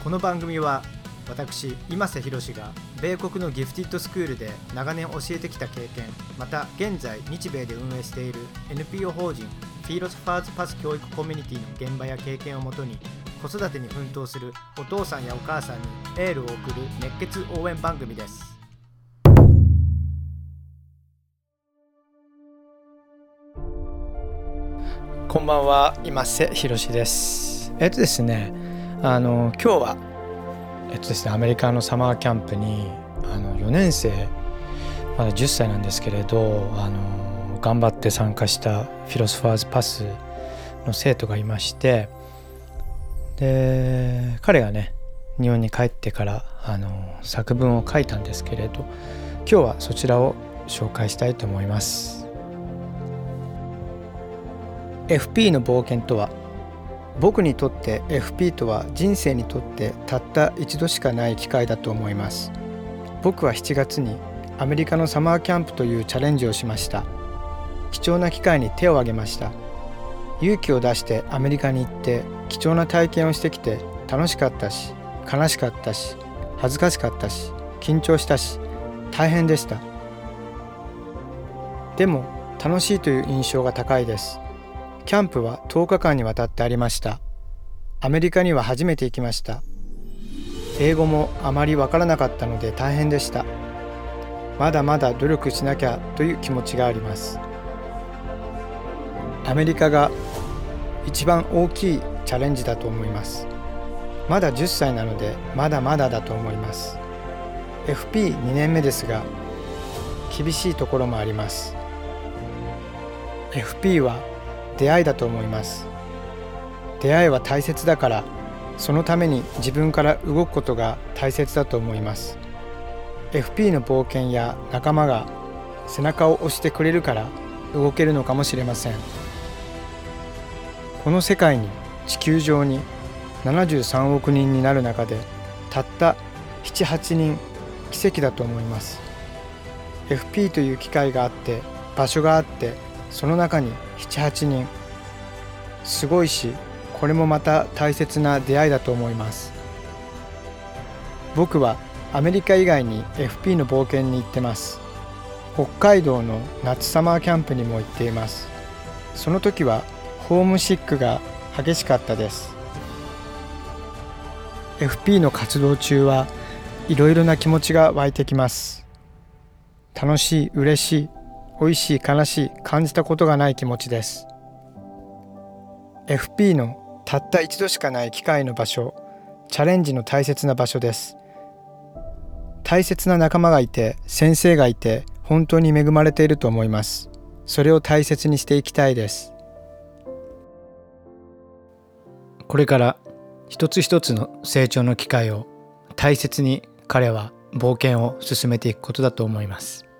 この番組は私今瀬宏が米国のギフティッドスクールで長年教えてきた経験、また現在日米で運営している NPO 法人フィーロスファーズパス教育コミュニティの現場や経験をもとに子育てに奮闘するお父さんやお母さんにエールを送る熱血応援番組です。こんばんは、今瀬宏です。ですね、今日はアメリカのサマーキャンプに4年生まだ10歳なんですけれど頑張って参加したフィロソファーズパスの生徒がいまして、で彼がね日本に帰ってから作文を書いたんですけれど、今日はそちらを紹介したいと思います。 FP の冒険とは、僕にとって FP とは人生にとってたった一度しかない機会だと思います。僕は7月にアメリカのサマーキャンプというチャレンジをしました。貴重な機会に手を挙げました。勇気を出してアメリカに行って貴重な体験をしてきて、楽しかったし悲しかったし恥ずかしかったし緊張したし大変でした。でも楽しいという印象が高いです。キャンプは10日間にわたってありました。アメリカには初めて行きました。英語もあまりわからなかったので大変でした。まだまだ努力しなきゃという気持ちがあります。アメリカが一番大きいチャレンジだと思います。まだ10歳なのでまだまだだと思います。 FP2 年目ですが厳しいところもあります。 FP は出会いだと思います。出会いは大切だから、そのために自分から動くことが大切だと思います。 FP の冒険や仲間が背中を押してくれるから動けるのかもしれません。この世界に、地球上に73億人になる中でたった 7,8 人、奇跡だと思います。 FP という機会があって、場所があって、その中に 7,8 人、すごいし、これもまた大切な出会いだと思います。僕はアメリカ以外に FP の冒険に行ってます。北海道の夏サマーキャンプにも行っています。その時はホームシックが激しかったです。 FP の活動中はいろいろな気持ちが湧いてきます。楽しい、嬉しい、美味しい、悲しい、感じたことがない気持ちです。 FP のたった一度しかない機会の場所、チャレンジの大切な場所です。大切な仲間がいて、先生がいて、本当に恵まれていると思います。それを大切にしていきたいです。これから一つ一つの成長の機会を大切に、彼は冒険を進めていくことだと思います。